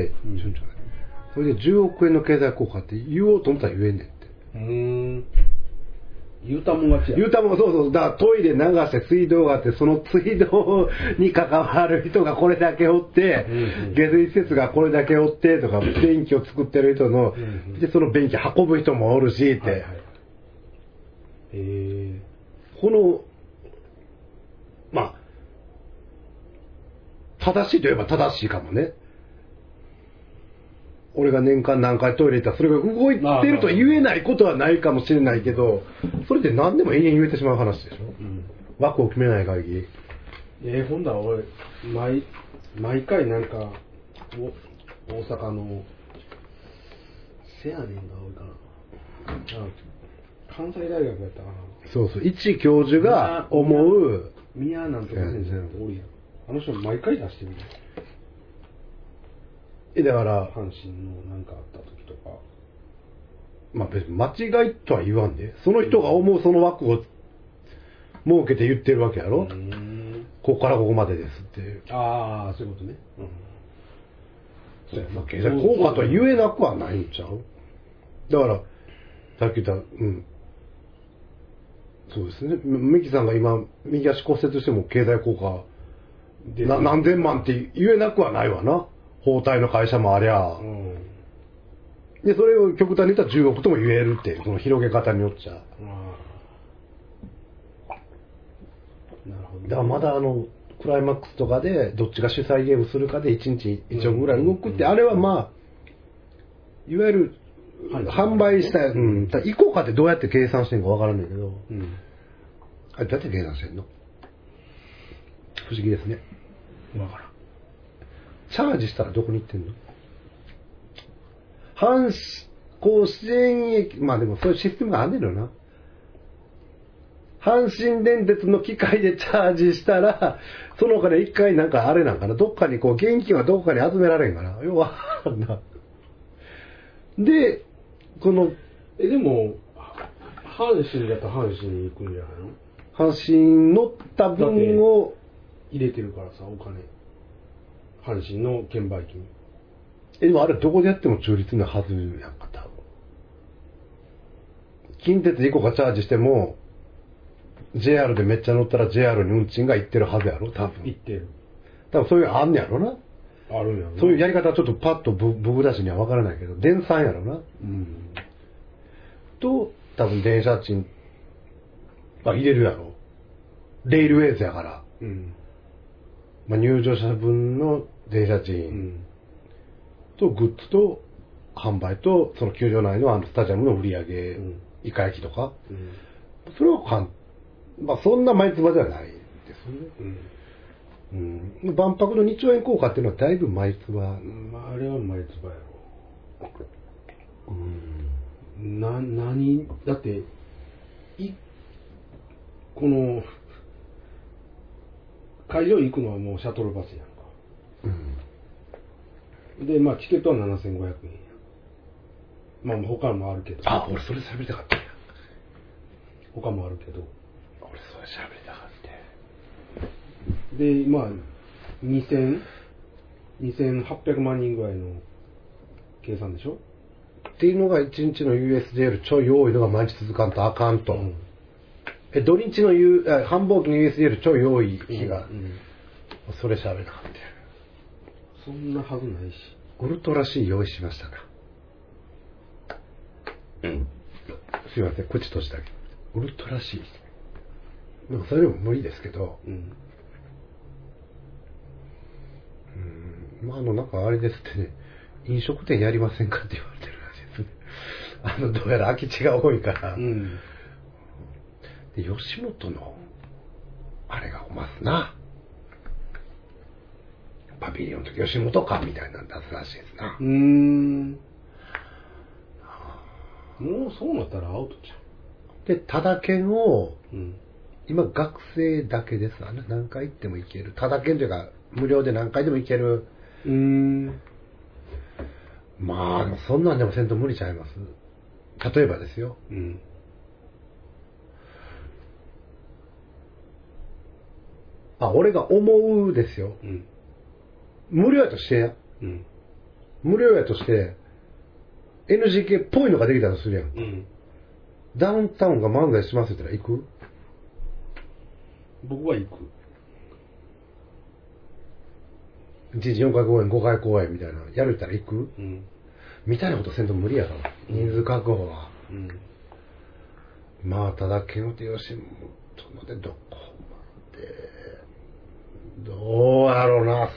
それで10億円の経済効果って言おうと思ったら言えんねんって。 言うたもん勝ちや。 言うたもん、そうそう。だからトイレ流して水道があって、その水道に関わる人がこれだけおって、下水施設がこれだけおってとか、便器を作ってる人の、で、その便器運ぶ人もおるしって。この、まあ、正しいといえば正しいかもね。俺が年間何回トイレ行ったらそれが動いてると言えないことはないかもしれないけど、それで何でも永遠言えてしまう話でしょ。枠を決めない限り。 ほんだら俺毎回なんか大阪のせやねんが多いかな。関西大学やったかな。 そうそう。一教授が思う宮なんとか先生っておるやん。あの人毎回出してるんだよ。 だから、 阪神のなんかあった時とか。 まあ別に間違いとは言わんで、その人が思うその枠を設けて言ってるわけやろ。ここからここまでですって。 ああ、そういうことね。 そうやな、経済効果とは言えなくはないんちゃう。だから、さっき言った、そうですね。ミキさんが今、右足骨折しても経済効果、何千万って言えなくはないわな。包帯の会社もありゃ。で、それを極端に言ったら10億とも言えるっていう、その広げ方によっちゃ。 なるほど、ね。 だからまだクライマックスとかで、どっちが主催ゲームするかで1日1億ぐらい動くって、あれはまあ、いわゆる、販売した、イコカってどうやって計算してんかわからんねんけど、あれどうやって計算してんの？不思議ですね。 わからん。 チャージしたらどこに行ってんの？阪神支援駅、まあでもそういうシステムがあんねんよな。阪神電鉄の機械でチャージしたら、そのお金一回なんかあれなんかな、どっかにこう現金はどこかに集められんかな。要は、で、この、 でも、阪神だったら阪神に行くんじゃないの？ 阪神乗った分を入れてるからさ、お金。阪神の券売機に。 でもあれどこでやっても中立なはずやんか、多分。近鉄1個がチャージしても、JR でめっちゃ乗ったら JR に運賃が行ってるはずやろ、多分。 行ってる。 多分そういうのあんねやろな。 あるんやろな。 そういうやり方はちょっとパッと僕出しには分からないけど、電産やろな。と、多分電車賃は入れるやろ。レールウェイズやから。まあ、入場者分の電車賃とグッズと販売と、その球場内のスタジアムの売り上げ、イカ焼きとか。それはまあそんな毎月ではないですね。万博の2兆円効果っていうのはだいぶ毎月は。 まああれは毎月やろ。何だって、この、会場行くのはもうシャトルバスやんか。で、まあチケットは7500円や。まあ他もあるけど。 あ、俺それ喋りたかったんや。 他もあるけど。 俺それ喋りたかった。 で、まあ、2800万人ぐらいの計算でしょっていうのが1日の USJL ちょい多いのが毎日続かんとあかんと。土日の繁忙期の USJL ちょい多い日が、それ喋りたかった。 そんなはずないし。 ウルトラ C 用意しましたか。すいません、口としたけど。ウルトラ C。でもそれでも無理ですけど。まあなんかあれですってね、飲食店やりませんかって言われてるらしいです。どうやら空き地が多いから。で、吉本の、あれがおますな。パビリオンと吉本館みたいなの出すらしいですな。 もうそうなったらアウトじゃん。 で、ただ券を、今学生だけですわね。何回行っても行ける。ただ券というか、無料で何回でも行ける。まあ、そんなんでもせんと無理ちゃいます。例えばですよ。俺が思うですよ。無料やとしてや。無料やとして、NGK っぽいのができたとするやん。ダウンタウンが漫才しますって言ったら行く？ 僕は行く。 1日4回公演、5回公演みたいな。やるったら行く？みたいなことせんと無理やろ。人数確保は。まあ、ただ、ケノテヨシモトのでどこまで。どうやろうな。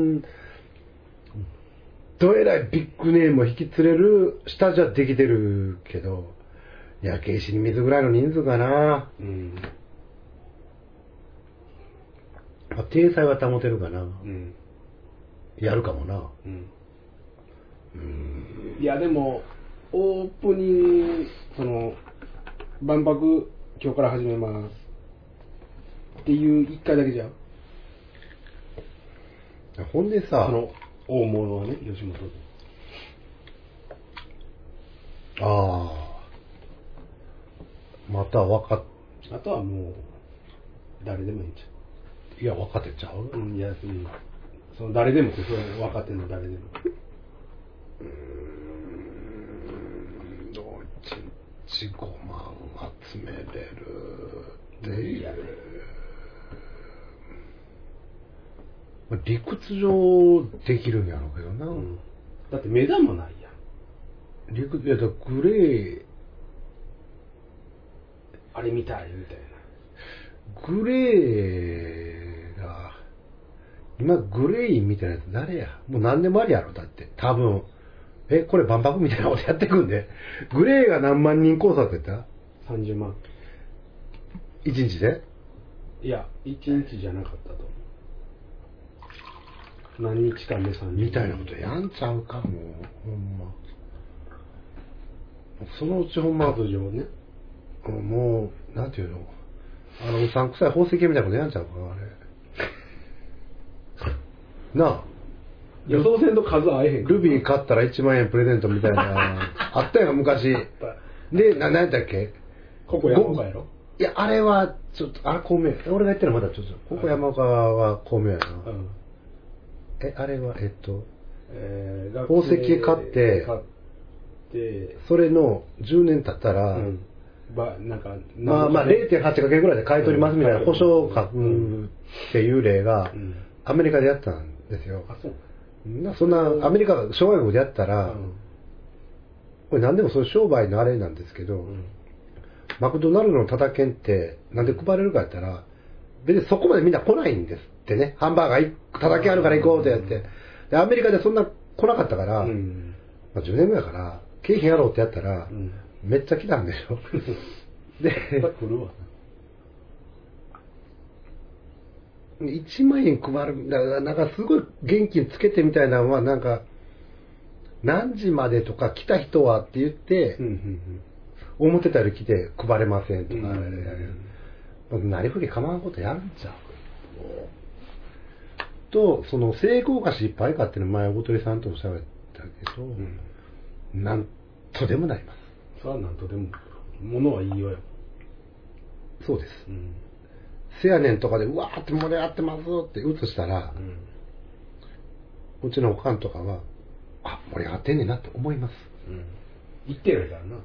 どえらいビッグネームを引き連れる下じゃできてるけど、焼け石に水ぐらいの人数かな。まあ、体裁は保てるかな。やるかもな。 いやでもオープニング万博今日から始めますっていう1回だけじゃん。 ほんでさ、 大物はね、吉本で。 ああ。また若あとはもう、誰でもいいんちゃいや、若手ちゃう、 う。いや、その誰でもって、その若手の誰でも。 どっち5万集めれるっていう。理屈上できるんやろうけどな。 だって目玉ないやん。 いや、だからグレー、 あれ見たいみたいな。 グレーが、今グレインみたいなやつ誰や？もう何でもありやろ、だって。多分。これ万博みたいなことやってくんで。グレーが何万人考察やった ?30 万。 1日で？ いや、1日じゃなかったと。何日間で30万。 みたいなことやんちゃうかも。ほんま。そのうちほんま。 数上ね。 もう、なんていうの？うさんくさい宝石みたいなことやんちゃうか、あれ。なあ。 予想せんと数合えへん。 ルビー買ったら1万円プレゼントみたいな。あったよ、昔。で、何やったっけ？ ここ山岡やろ？ いや、あれは、ちょっと、巧妙。俺が言ってるのまだちょっと、ここ山岡は巧妙やな。 うん。 あれは、 宝宝石買って、それの10年経ったら、 なんか、 まあ 0.8 かけぐらいで買い取りますみたいな保証書くっていう例が、アメリカでやったんですよ。 あ、そう。 そんな、アメリカが諸外国でやったら、これ何でもそういう商売のあれなんですけど、マクドナルドのタダ券ってなんで配れるかやったら、別にそこまでみんな来ないんですってね。ハンバーガータダ券あるから行こうってやって。で、アメリカでそんな来なかったから、まあ10年ぐらいから、経費やろうってやったら、めっちゃ来たんでしょ。で、 来るわ。 1万円配る、だからなんかすごい現金つけてみたいなのは、なんか、何時までとか来た人はって言って、思ってたより来て配れませんとか、なりふり構わんことやるんちゃうと、その成功か失敗かっていうの前、大鳥さんとも喋ったけど、なんとでもなります。 それはなんとでも、ものはいいよよ。 そうです。せやねんとかで、うわーって盛り上がってますって映したら、うちのおかんとかは、あ、盛り上がってんねんなって思います。 言ってないからな。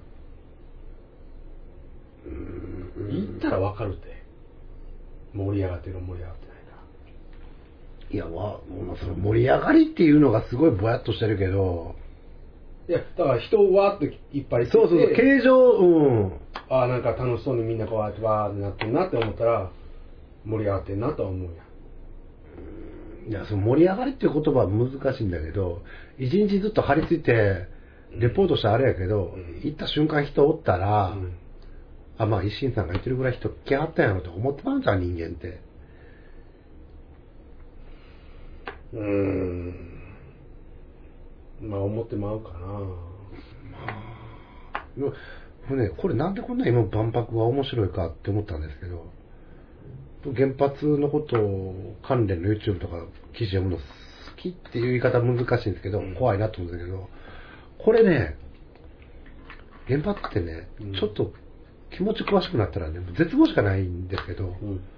言ったらわかるって。盛り上がってる盛り上がってないか。 いや、その盛り上がりっていうのがすごいぼやっとしてるけど、 いや、だから人をわーっといっぱい来て、 そう、形状、 ああ、なんか楽しそうにみんなこうやってわーってなってるなって思ったら、盛り上がってんなとは思うやん。 いや、その盛り上がりっていう言葉は難しいんだけど、一日ずっと張り付いて、レポートしたらあれやけど、行った瞬間人おったら、あ、まあ、一心さんが言ってるぐらい人来はったんやろと思ってまうんじゃん、人間って。 まあ、思ってまうかな。 これなんでこんな今万博が面白いかって思ったんですけど、原発のことを関連の YouTube とか記事読むの好きっていう言い方は難しいんですけど、怖いなと思うんだけど、これね、原発ってね、ちょっと気持ち詳しくなったらね、絶望しかないんですけど、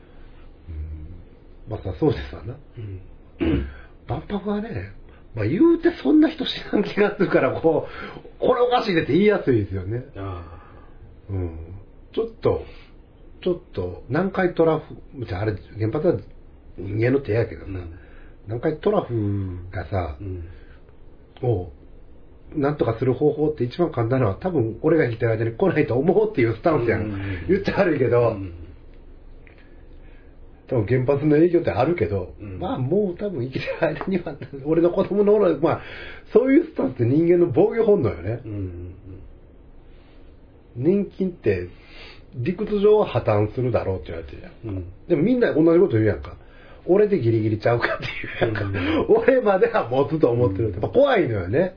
またそうですわな。万博はね、まあ言うてそんな人知らん気がするから、これおかしいでって言いやすいですよね。ちょっと、南海トラフ、あれ、原発は人間の手やけどさ、南海トラフがさ、を、なんとかする方法って一番簡単なのは、多分俺が生きてる間に来ないと思うっていうスタンスやん。言っちゃ悪いけど、多分原発の影響ってあるけど、まあもう多分生きてる間には、俺の子供の頃、まあ、そういうスタンスって人間の防御本能よね。年金って理屈上は破綻するだろうって言われてるやん。でもみんな同じこと言うやんか。俺でギリギリちゃうかっていうやんか。俺までは持つと思ってるって。やっぱ怖いのよね。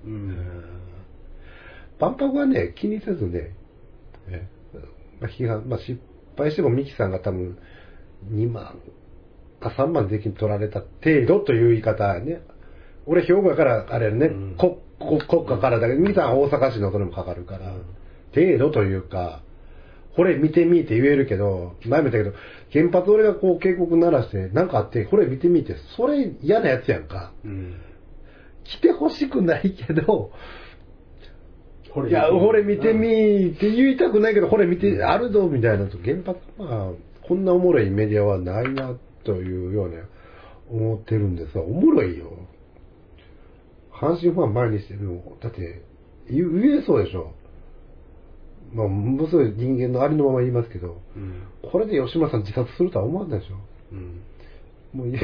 万博はね、気にせずね、批判、まあ失敗してもミキさんが多分2万か3万税金取られた程度という言い方ね。 俺兵庫やからあれやね、 うん国家からだけど、ミキさんは大阪市のそれもかかるから、程度というか、これ見てみって言えるけど、前も言ったけど、原発俺がこう警告鳴らして、なんかあって、これ見てみって、それ嫌なやつやんか。来てほしくないけど、いや、これ見てみって言いたくないけど、これ見て、あるぞみたいなと、原発、まあ、こんなおもろいメディアはないな、というような、思ってるんでさ、おもろいよ。阪神ファン前にしてるの、だって、言えそうでしょ。まあ、ものすごい人間のありのまま言いますけど、これで吉村さん自殺するとは思わないでしょ。もういい、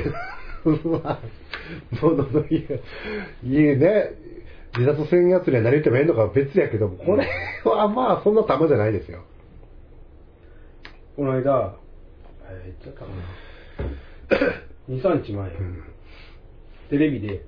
いいね。自殺せんやつには何言ってもええのかは別やけども、これはまあそんな玉じゃないですよ。 この間、言っちゃったかな。2、3日前、テレビで、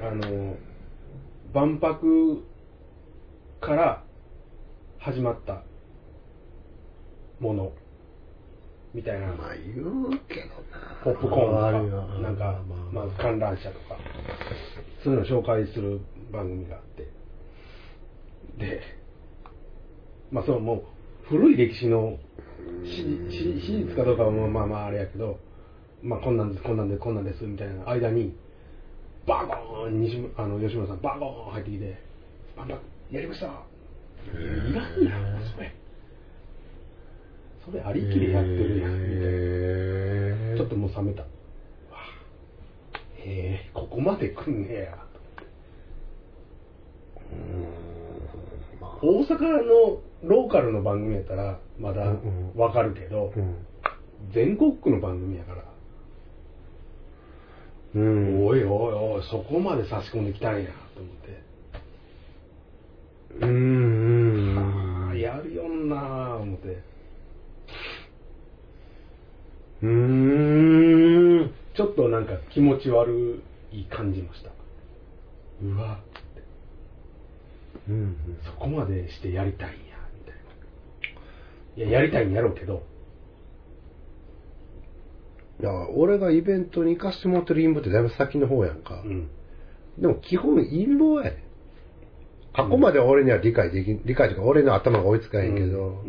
万博から始まったものみたいな、 まあ言うけどな、 ポップコーンとかなんか、まあ観覧車とかそういうのを紹介する番組があって、でまあそのもう古い歴史の史実かどうかはまあまああれやけど、まあこんなんですみたいな間にバコーン吉村さんバコーン入ってきて「万博やりました」いらんやんそれありきでやってるやんみたいな、ちょっともう冷めた。へえ、ここまで来んねやと。大阪のローカルの番組やったらまだわかるけど、全国区の番組やから、おいおいそこまで差し込んできたんやと思って、やるよんなぁ思って、ちょっとなんか気持ち悪い感じました。うわって、そこまでしてやりたいんやみたいな。いや、やりたいんやろうけど、 いや俺がイベントに行かしてもらってる陰謀ってだいぶ先の方やんか、でも基本陰謀やね。あこまで俺には理解というか俺の頭が追いつかへんけど、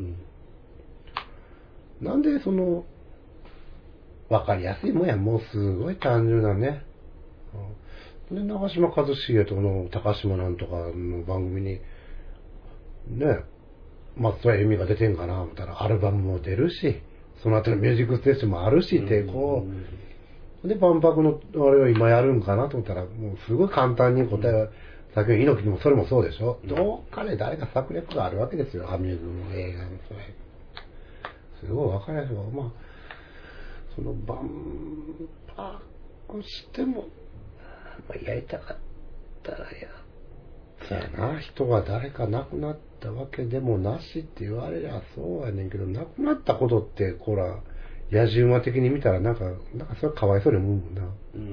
なんでその分かりやすいもんやん。もうすごい単純なね。で長嶋一茂とこの高島なんとかの番組にね松任谷由実が出てんかな思ったらアルバムも出るし、その後のミュージックステーションもあるしってこう、で万博のあれを今やるんかなと思ったらもうすごい簡単に答え、先ほど猪木もそれもそうでしょ、どっかで誰か策略があるわけですよ。アミューズの映画のそれすごい分かりやすい。まあその万博しても、まあ、やりたかったらそうやな、人が誰か亡くなったわけでもなしって言われりゃそうやねんけど、亡くなったことってほら野じ馬的に見たらなんかそれかわいそうに思うもんな、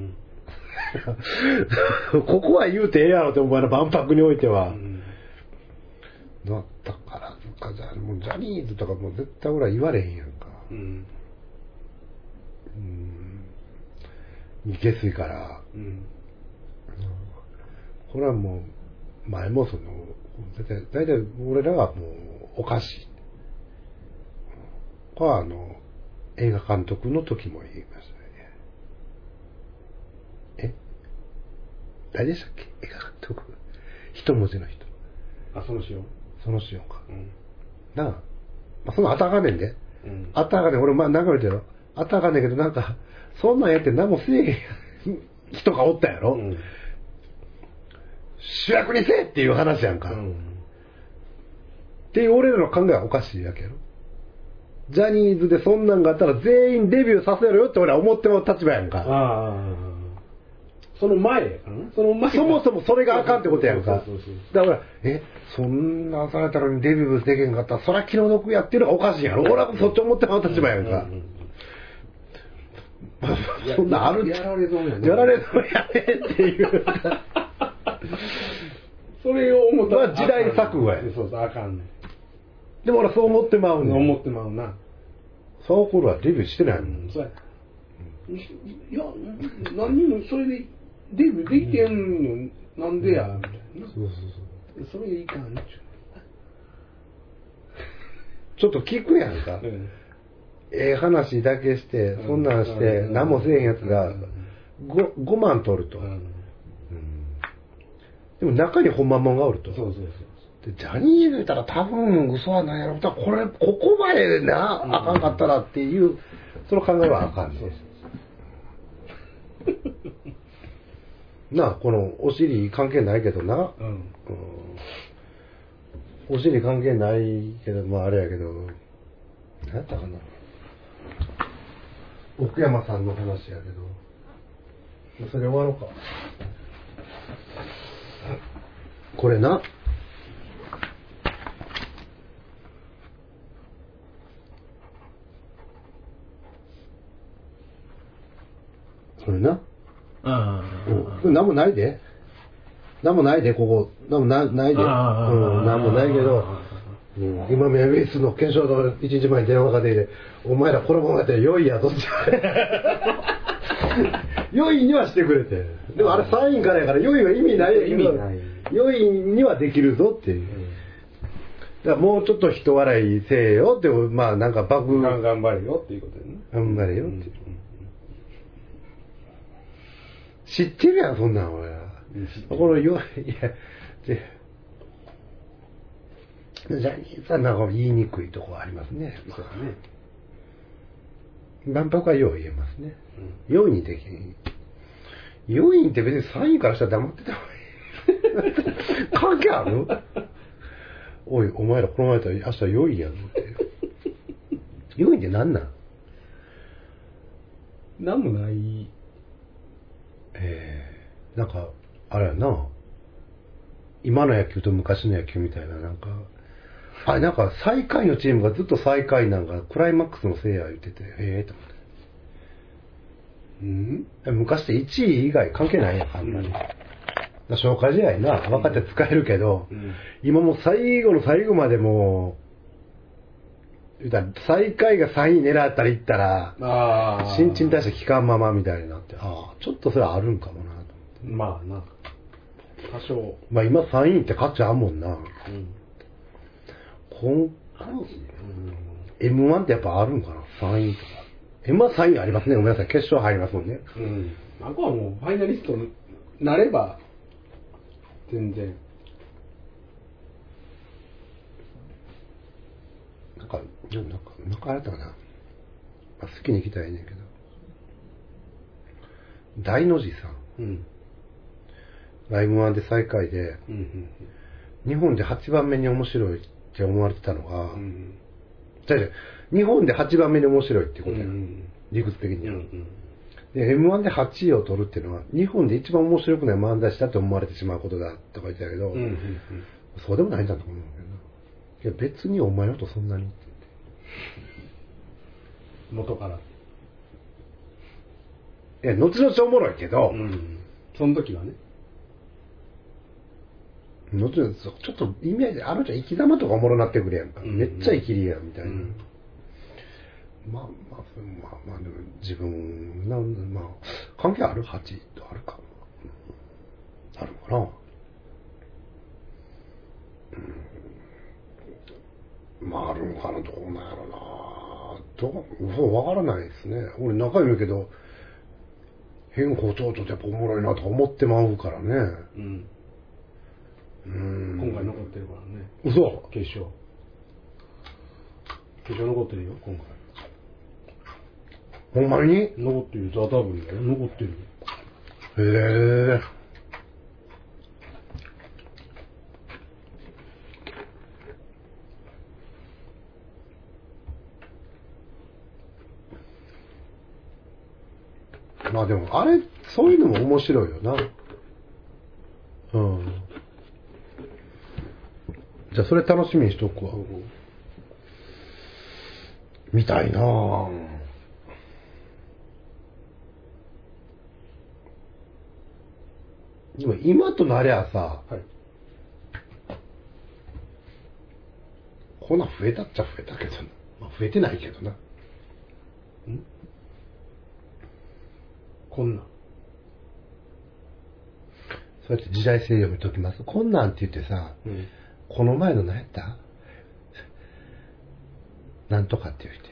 ここは言うてええやろってお前の万博においては、だったからとかじゃもうジャニーズとかも絶対俺は言われへんやんか、下水から、これはもう前もその大体俺らはもうおかしい。これは映画監督の時も言いましたね。誰でしたっけ、映画監督、一文字の人。 その塩か、なあ、まあ、そんなあたかねんで、あたかねん、俺なんか言うてよ、あたかねんけど、なんかそんなんやって何もせえへん人がおったやろ、主役にせえっていう話やんか、っていう俺らの考えはおかしいわけやろ。ジャニーズでそんなんがあったら全員デビューさせろよって俺は思っても立場やんか。 その前そもそもそれがあかんってことやんか。だからそんなんされたのにデビューできへんかったらそりゃ気の毒やっていうのがおかしいやろ。俺はそっち思っても立場やんか。そんなんある、 やられそうやね。 やられそうやねっていうそれを思ったら時代錯誤や。 そうあかんねん。 でも俺そう思ってまうねん。 思ってまうな。 その頃はデビューしてないもん。 そうや。いや、何にもそれでデビューできてんのなんでやみたいな。 そうそれいいかんね。 ちょっと聞くやんか。ええ話だけして、そんなんして、何もせえへんやつが5万取ると。でも中に本間もんがおると。 そうでジャニーズ言ったら多分嘘はないやろ。これ、ここまでな、あかんかったらっていう、その考えはあかんね。なあ、このお尻関係ないけどな。お尻関係ないけど、まああれやけど、何やったかな。奥山さんの話やけど、それで終わろうか。これな。それな。なんもないで。なんもないで、ここ。なんもないで。なんもないけど、今、メビスの検証の1日前に電話が出て、お前らこのままやったら良いやぞって。良いにはしてくれて。でもあれサインからやから、良いは意味ないやけど、良いにはできるぞっていう。だからもうちょっと人笑いせえよって、まあなんか頑張れよっていうことでね。 頑張れよっていう。知ってるやん、そんなん俺ら。この弱い、いや、ジャニーズさんなんか言いにくいところありますね。 そうだね。 万博はよう言えますね。4位にできん。4位って別に3位からしたら黙ってた方がいい。関係あるおい、お前らこの前と明日4位やんって。4位って何なん？ なんもない。 なんか、あれやな。今の野球と昔の野球みたいな、なんか、なんか最下位のチームがずっと最下位なんか、クライマックスのせいや言ってて、と思って。昔って1位以外関係ないやん、あんなに。消化試合な、分かって使えるけど、今もう最後の最後までもう、最下位が3位狙ったらいったら、新陳代謝効かんままみたいになって、ちょっとそれはあるんかもなと思って。 まあな。多少。 まあ今3位って価値あんもんな。M1 ってやっぱあるんかな ?3 位とか。M1 3位ありますね。ごめんなさい。決勝入りますもんね。 あとはもうファイナリストになれば、全然。 なんかあれだったかな。好きに行きたいねんけど。大の字さん。ライブ1で最下位で、日本で8番目に面白いって思われてたのが、日本で8番目に面白いってことや、理屈的には。で、M1 で8位を取るっていうのは、日本で一番面白くない漫才師だって思われてしまうことだとか言ってたけど、そうでもないんだと思うんだけどな。いや、別にお前のとそんなにって元から。いや、後々おもろいけど、 その時はね。 後々ちょっと意味合いで、あの人生き様とかおもろなってくるやんか。めっちゃ生きりやんみたいな。まあ、でも自分まあ、関係ある ?8 とあるか。あるかな。まあ、あるのかな、どうなんやろな。わからないですね。俺仲良いけど、変更ちょっとやっぱおもろいなとか思ってまうからね。 今回残ってるからね。 嘘？ 決勝残ってるよ、今回。 ほんまに？ 残ってる、ザ・ダブルだよ、残ってる。 へえ。まあでも、あれ、そういうのも面白いよな。じゃあそれ楽しみにしとくわ。見たいなぁ。でも今となりゃさ、こんなん増えたっちゃ増えたけどな。まあ、増えてないけどな。 こんなん。 そうやって時代性読みときます。こんなんって言ってさ、 うんこの前の何やったなんとかっていう人。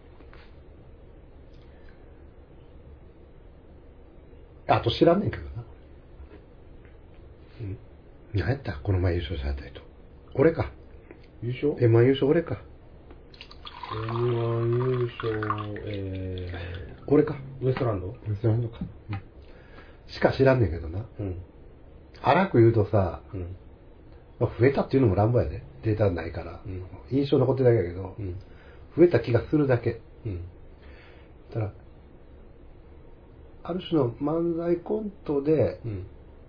あと知らんねんけどな。何やったこの前優勝された人。俺か。 優勝 M1 優勝俺か。 M1 優勝、 俺か。 ウエストランドウエストランドか。しか知らんねんけどな。 うん荒く言うとさ、 うんまあ増えたっていうのも乱暴やで。データないから。 うん印象残ってるだけやけど、 うん増えた気がするだけ。 うんただ、ある種の漫才コントで、 うん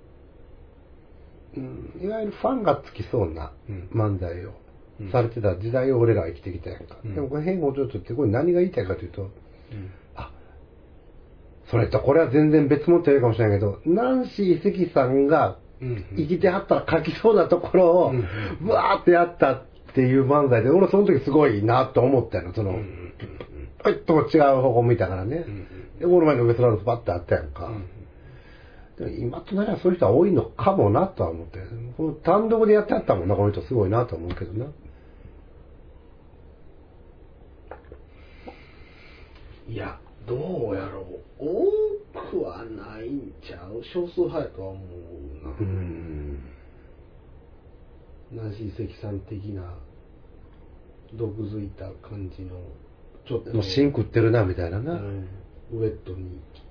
いわゆるファンがつきそうなうん漫才をうんされてた時代を俺らは生きてきたやんか。 うんでもこれ変更ちょっとってこれ何が言いたいかというと、 うんあ、それとこれは全然別物って言うかもしれないけど、ナンシー関さんがうん生きてはったら書きそうなところをうんブワーってやったっていう漫才で、俺その時すごいなと思ったよ。その、 うんちょっと違う方向見たからね。 うんで、この前のウエストランドバッてあったやんか。 うんでも今となりはそういう人は多いのかもなとは思って。この単独でやってはったもんな、この人すごいなと思うけどな。 いや、どうやろう。多くはないんちゃう少数派やとは思うな。ナンシー関さん的な毒づいた感じのちょっともう芯食ってるなみたいなな。 ウェットに切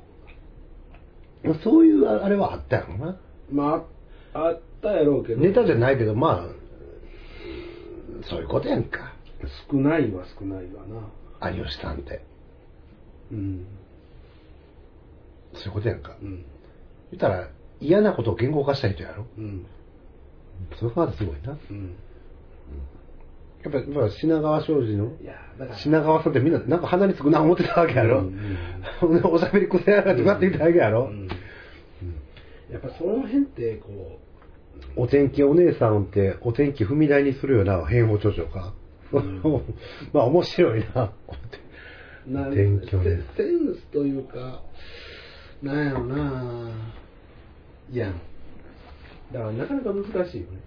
ったそういうあれはあったやろな。 まああったやろうけどネタじゃないけど、まあ、そういうことやんか。 少ないは少ないわな。 有吉さんって。 うんそういうことやんか。 うん言ったら嫌なことを言語化した人やろ。 うんそれまですごいな。 うんやっぱ品川庄司のいやだから品川さんってみんななんか鼻につくな思ってたわけやろ。おしゃべり癖やがってなってきたわけやろ。 うんやっぱその辺ってこお天気お姉さんってお天気踏み台にするような変法町長か。まあ面白いな。 うな天気お姉さんセンスというかなんやろないやだからなかなか難しいよね。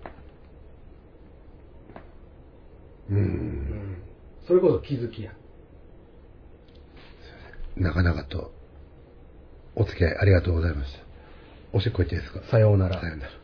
それこそ気づきや。 なかなかとお付き合いありがとうございました。おしっこ行っていいですか。 さようなら。 さようなら。